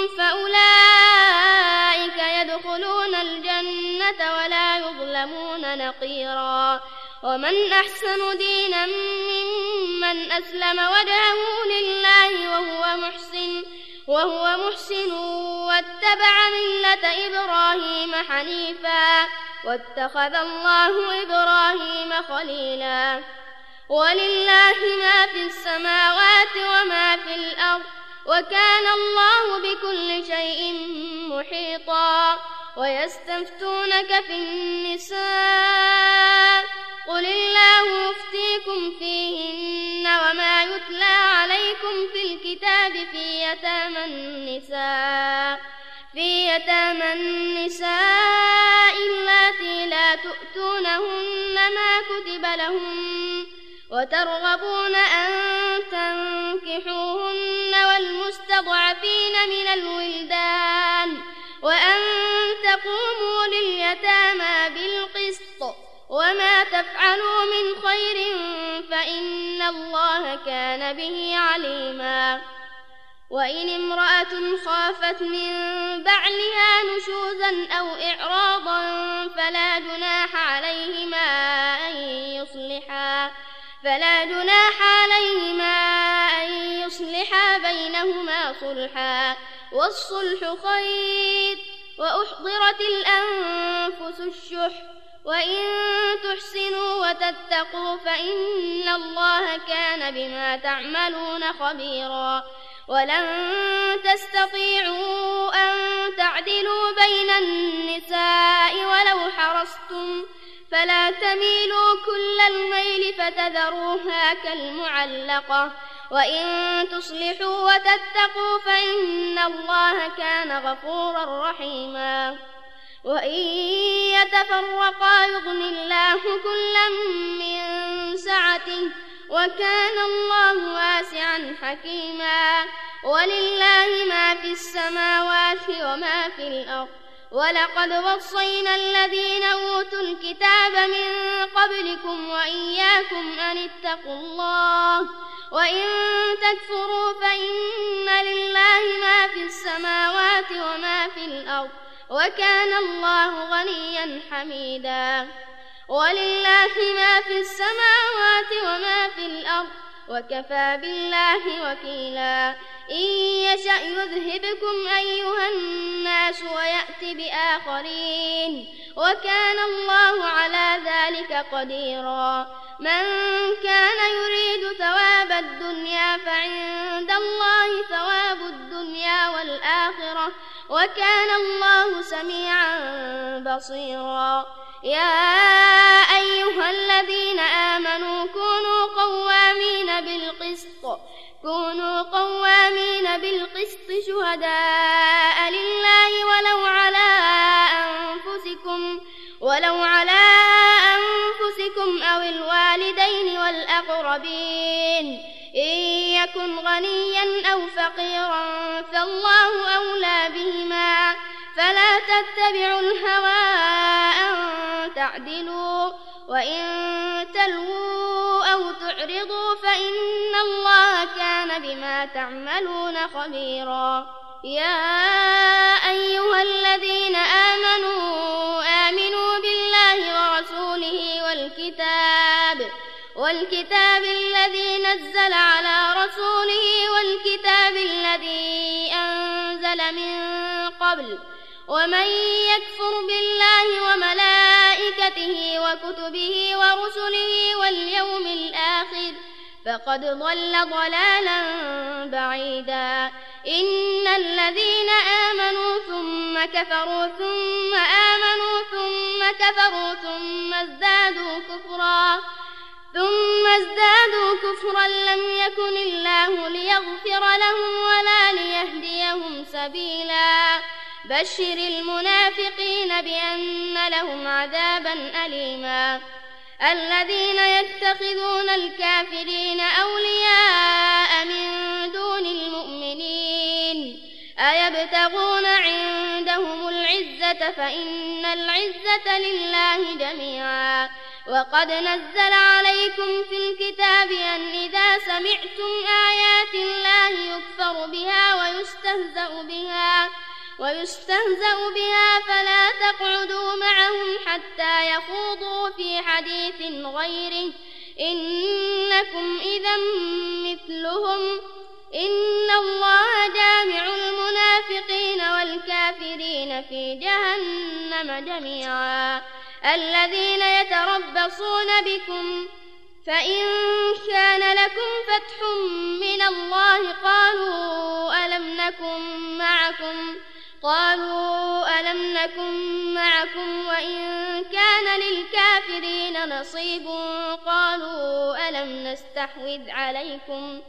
فأولئك يدخلون الجنة ولا يظلمون نقيرا. ومن أحسن دينا ممن أسلم وجهه لله وهو محسن وهو محسن واتبع ملة إبراهيم حنيفا واتخذ الله إبراهيم خليلا. ولله ما في السماوات وما في الأرض وكان الله بكل شيء محيطا. ويستفتونك في النساء قل الله يفتيكم فيهن وما يتلى عليكم في الكتاب في يتامى النساء في يتامى النساء اللاتي لا تؤتونهن ما كتب لهن وترغبون أن تنكحوهن والمستضعفين من الولدان وأن تقوموا لليتامى بالقسط وما تفعلوا من خير فإن الله كان به عليما. وإن امرأة خافت من بعلها نشوزا أو إعراضا فلا جناح عليهما أن يصلحا فلا جناح عليهما أن يصلحا بينهما صلحا والصلح خير. وأحضرت الأنفس الشح وإن تحسنوا وتتقوا فإن الله كان بما تعملون خبيرا. ولن تستطيعوا أن تعدلوا بين النساء ولو حرصتم فلا تميلوا كل الميل فتذروها كالمعلقة. وإن تصلحوا وتتقوا فإن الله كان غفورا رحيما. وإن يتفرقا يغن الله كلا من سعته وكان الله واسعا حكيما ولله ما في السماوات وما في الأرض ولقد وصينا الذين أوتوا الكتاب من قبلكم وإياكم أن اتقوا الله وإن تكفروا فإن لله ما في السماوات وما في الأرض وكان الله غنيا حميدا ولله ما في السماوات وما في الأرض وكفى بالله وكيلا إن يشأ يذهبكم أيها الناس ويأت بآخرين وكان الله على ذلك قديرا من كان يريد ثواب الدنيا فعند الله ثواب الدنيا والآخرة وكان الله سميعا بصيرا يا أيها الذين آمنوا كونوا قوامين بالقسط كونوا قوامين بالقسط شهداء لله ولو على أنفسكم ولو على أنفسكم أو الوالدين والأقربين إن يكن غنيا أو فقيرا فالله أولى بهما فلا تتبعوا الهوى أن تعدلوا وإن تلووا أو تعرضوا فإن الله كان بما تعملون خبيرا يا أيها الذين آمنوا آمنوا بالله ورسوله والكتاب والكتاب الذي نزل على رسوله والكتاب الذي أنزل من قبل ومن يكفر بالله وملائكته وكتبه ورسله واليوم الآخر فقد ضل ضلالا بعيدا إن الذين آمنوا ثم كفروا ثم آمنوا ثم كفروا ثم ازدادوا كفرا ثم ازدادوا كفرا لم يكن الله ليغفر لهم ولا ليهديهم سبيلا بشر المنافقين بأن لهم عذابا أليما الذين يتخذون الكافرين أولياء من دون المؤمنين أيبتغون عندهم العزة فإن العزة لله جميعا وقد نزل عليكم في الكتاب أن إذا سمعتم آيات الله يكفر بها ويستهزأ بها ويستهزأ بها فلا تقعدوا معهم حتى يخوضوا في حديث غيره إنكم إذا مثلهم إن الله جامع المنافقين والكافرين في جهنم جميعا الذين يتربصون بكم فإن كان لكم فتح من الله قالوا ألم نكن معكم قالوا ألم نكن معكم وإن كان للكافرين نصيب قالوا ألم نستحوذ عليكم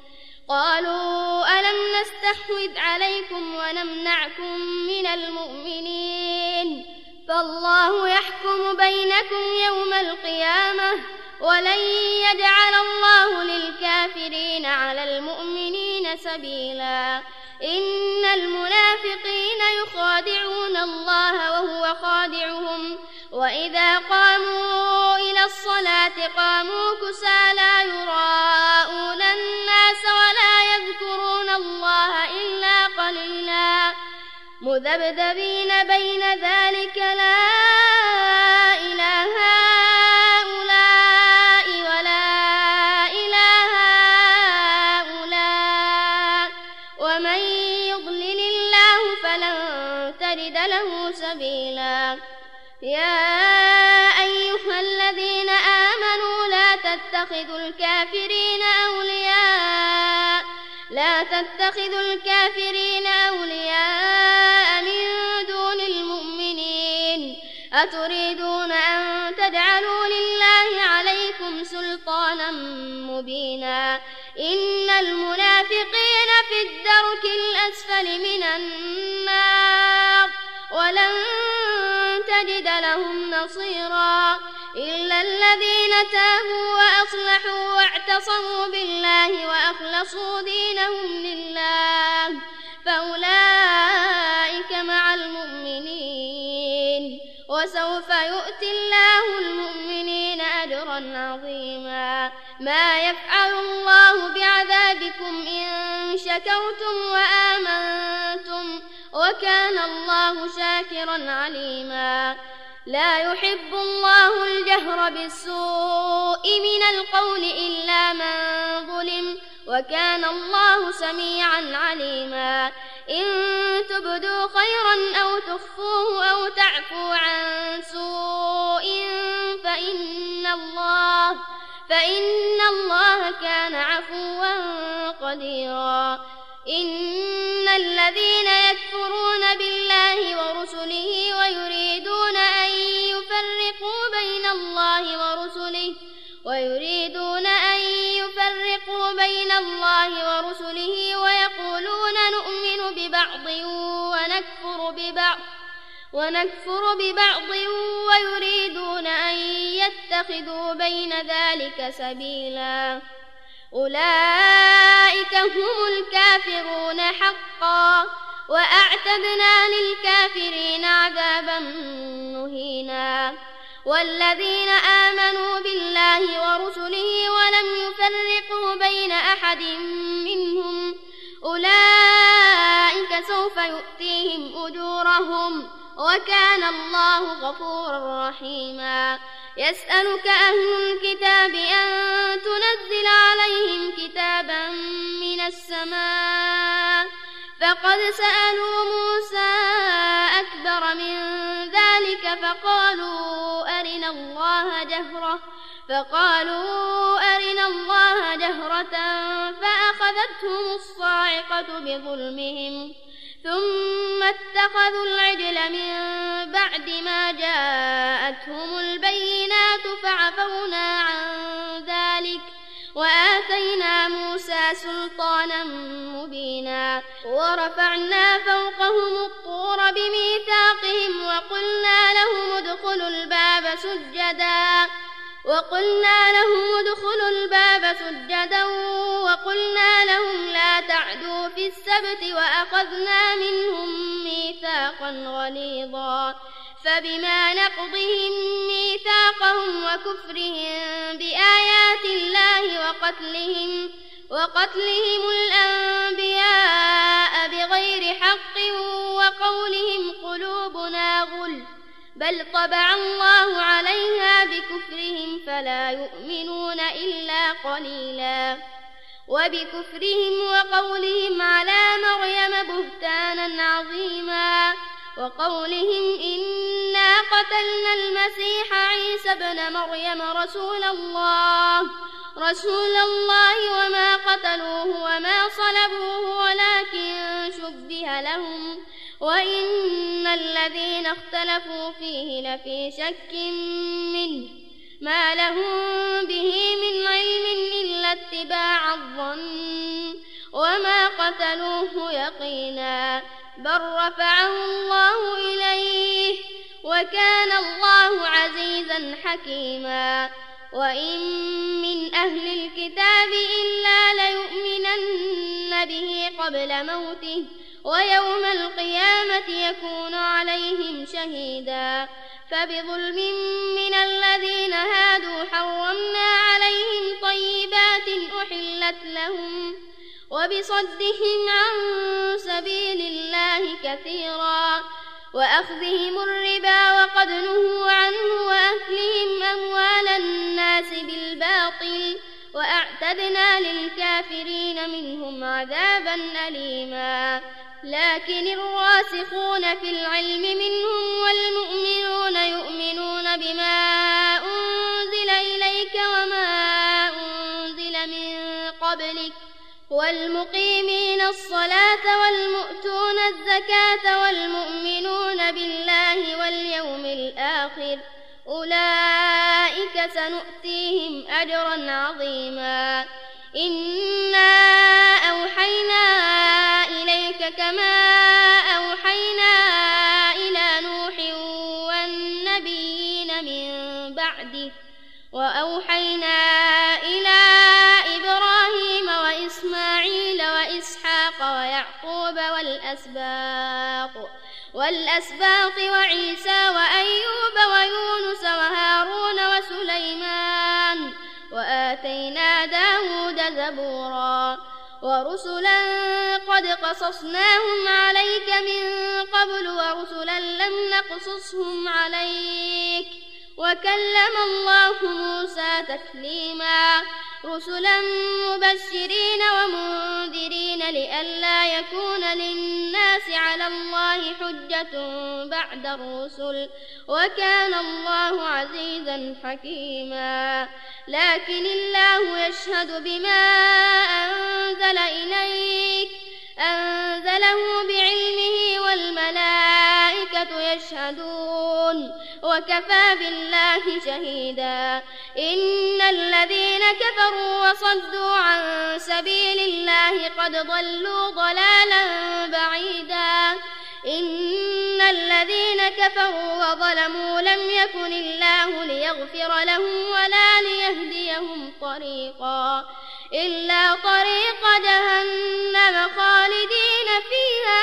قالوا ألم نستحوذ عليكم ونمنعكم من المؤمنين فالله يحكم بينكم يوم القيامة ولن يجعل الله للكافرين على المؤمنين سبيلا إن المنافقين يخادعون الله وهو خادعهم وإذا قاموا إلى الصلاة قاموا كسالى يراءون الناس ولا يذكرون الله إلا قليلا مذبذبين بين ذلك لا إله هؤلاء ولا إله هؤلاء ومن يضلل الله فلن تجد له سبيلا يا أيها الذين آمنوا لا تتخذوا الكافرين أولياء لا تتخذوا الكافرين أولياء من دون المؤمنين أتريدون أن تجعلوا لله عليكم سلطانا مبينا إن المنافقين في الدرك الأسفل من النار ولن تجد لهم نصيرا إلا الذين تابوا وأصلحوا واعتصموا بالله وأخلصوا دينهم لله فأولئك مع المؤمنين وسوف يؤتي الله المؤمنين أجرا عظيما. ما يفعل الله بعذابكم إن شكرتم وآمنتم وكان الله شاكرا عليما. لا يحب الله الجهر بالسوء من القول إلا من ظلم وكان الله سميعا عليما. إن تبدوا خيرا أو تخفوه أو تعفوا عن سوء فإن الله فإن الله كان عفوا قديرا. إن الذين يكفرون بالله ورسله ويريدون أن يفرقوا بين الله ورسله ويريدون أن يفرقوا بين الله ورسله ويقولون نؤمن ببعض ونكفر ببعض ونكفر ببعض ويريدون أن يتخذوا بين ذلك سبيلا. أولئك هم الكافرون حقا وأعتدنا للكافرين عذابا مهينا. والذين آمنوا بالله ورسله ولم يفرقوا بين أحد منهم أولئك سوف يؤتيهم أجورهم وكان الله غفورا رحيما. يسألك أهل الكتاب أن تنزل عليهم كتابا من السماء فقد سألوا موسى أكبر من ذلك فقالوا أرنا الله جهرة فقالوا أرنا الله جهرة فأخذتهم الصاعقة بظلمهم ثم اتخذوا العجل من بعد ما جاءتهم البينات فعفونا عن ذلك وآتينا موسى سلطانا مبينا. ورفعنا فوقهم الطور بميثاقهم وقلنا لهم ادخلوا الباب سجدا وقلنا لهم ادخلوا الباب سجدا وقلنا لهم لا تعدوا في السبت وأخذنا منهم ميثاقا غليظا. فبما نقضهم ميثاقهم وكفرهم بآيات الله وقتلهم وقتلهم الأنبياء بغير حق وقولهم قلوبنا غل بل طبع الله عليها بكفرهم فلا يؤمنون إلا قليلا. وبكفرهم وقولهم على مريم بهتانا عظيما وقولهم إنا قتلنا المسيح عيسى ابن مريم رسول الله رسول الله وما قتلوه وما صلبوه ولكن شبه لهم وإن الذين اختلفوا فيه لفي شك منه ما لهم به من علم إلا اتباع الظن وما قتلوه يقينا بل رفعه الله إليه وكان الله عزيزا حكيما. وإن من أهل الكتاب إلا ليؤمنن به قبل موته ويوم القيامة يكون عليهم شهيدا. فبظلم من الذين هادوا حرمنا عليهم طيبات أحلت لهم وبصدهم عن سبيل الله كثيرا وأخذهم الربا وقد نهوا عنه وأكلهم أموال الناس بالباطل وأعتدنا للكافرين منهم عذابا أليما. لكن الراسخون في العلم منهم والمؤمنون يؤمنون بما أنزل إليك وما أنزل من قبلك والمقيمين الصلاة والمؤتون الزكاة والمؤمنون بالله واليوم الآخر أولئك سنؤتيهم أجرا عظيما. إنا أوحينا إليك كما أوحينا إلى من بعده وأوحينا إلى إبراهيم وإسماعيل وإسحاق ويعقوب والأسباط والأسباط وعيسى وأيوب ويونس وهارون وسليمان وآتينا داود زبورا ورسلا قد قصصناهم عليك من قبل ورسلا لم نقصصهم عليك وكلم الله موسى تكليما رسلا مبشرين ومنذرين لئلا يكون للناس على الله حجة بعد الرسل وكان الله عزيزا حكيما لكن الله يشهد بما أنزل إليك أنزله بعلمه والملائكة يشهدون وكفى بالله شهيدا إن الذين كفروا وصدوا عن سبيل الله قد ضلوا ضلالا بعيدا إن الذين كفروا وظلموا لم يكن الله ليغفر لهم ولا ليهديهم طريقا إلا طريق جهنم خالدين فيها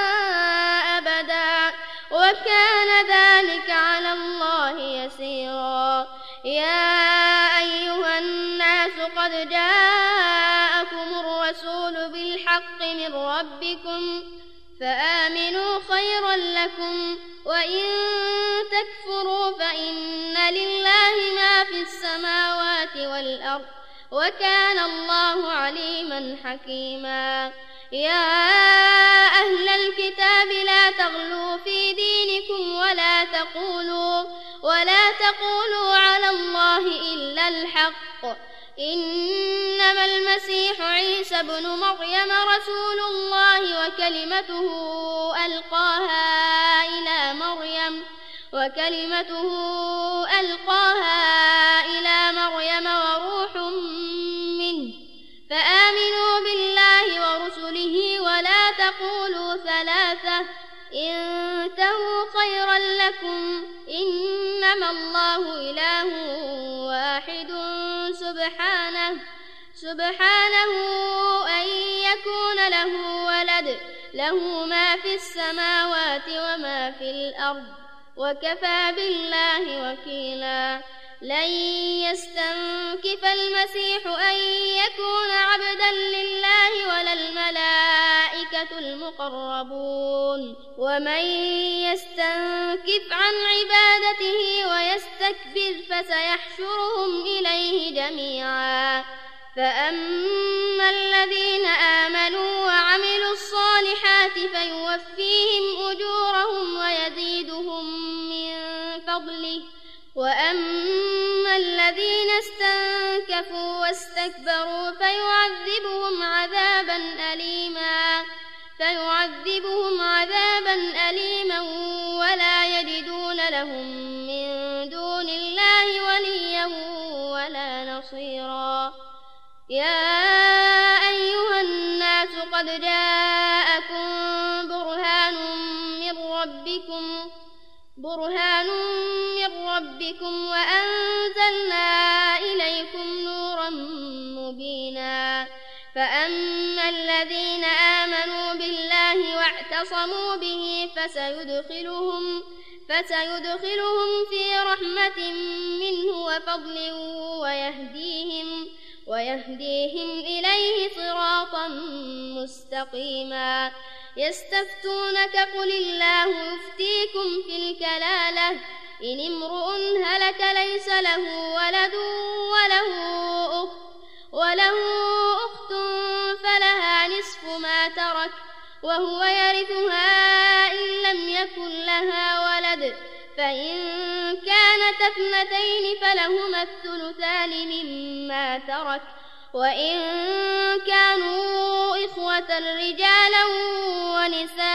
أبدا وكان ذلك على الله يسيرا يا أيها الناس قد جاءكم الرسول بالحق من ربكم فآمنوا خيرا لكم وإن تكفروا فإن لله ما في السماوات والأرض وكان الله عليما حكيما يا أهل الكتاب لا تغلوا في دينكم ولا تقولوا ولا تقولوا على الله إلا الحق إنما المسيح عيسى ابن مريم رسول الله وكلمته ألقاها إلى مريم وكلمته ألقاها إلى مريم وروح منه فآمنوا بالله ورسله ولا تقولوا ثلاثة انتهوا خيرا لكم إنما الله إله واحد سبحانه سبحانه أن يكون له ولد له ما في السماوات وما في الأرض وكفى بالله وكيلا لن يستنكف المسيح أن يكون عبدا لله ولا الملائكة المقربون ومن يستنكف عن عبادته ويستكبر فسيحشرهم إليه جميعا فأما الذين آمنوا وعملوا الصالحات فيوفيهم أجورهم ويزيدهم من فضله وأما الذين استنكفوا واستكبروا فيعذبهم عذابا أليما فيعذبهم عذابا أليما ولا يجدون لهم من دون الله وليا ولا نصيرا يا أيها الناس قد جاءكم برهان من ربكم برهان من ربكم وأنزلنا إليكم نورا مبينا فأما الذين آمنوا بالله واعتصموا به فسيدخلهم فسيدخلهم في رحمة منه وفضل ويهديهم ويهديهم إليه صراطا مستقيما يستفتونك قل الله يفتيكم في الكلالة إن امرؤ هلك ليس له ولد وله أخت وله أخت فلها نصف ما ترك وهو يرثها إن لم يكن لها ولد فإن كانت اثنتين فلهما الثلثان مما ترك وإن كانوا إخوة رجالا ونساء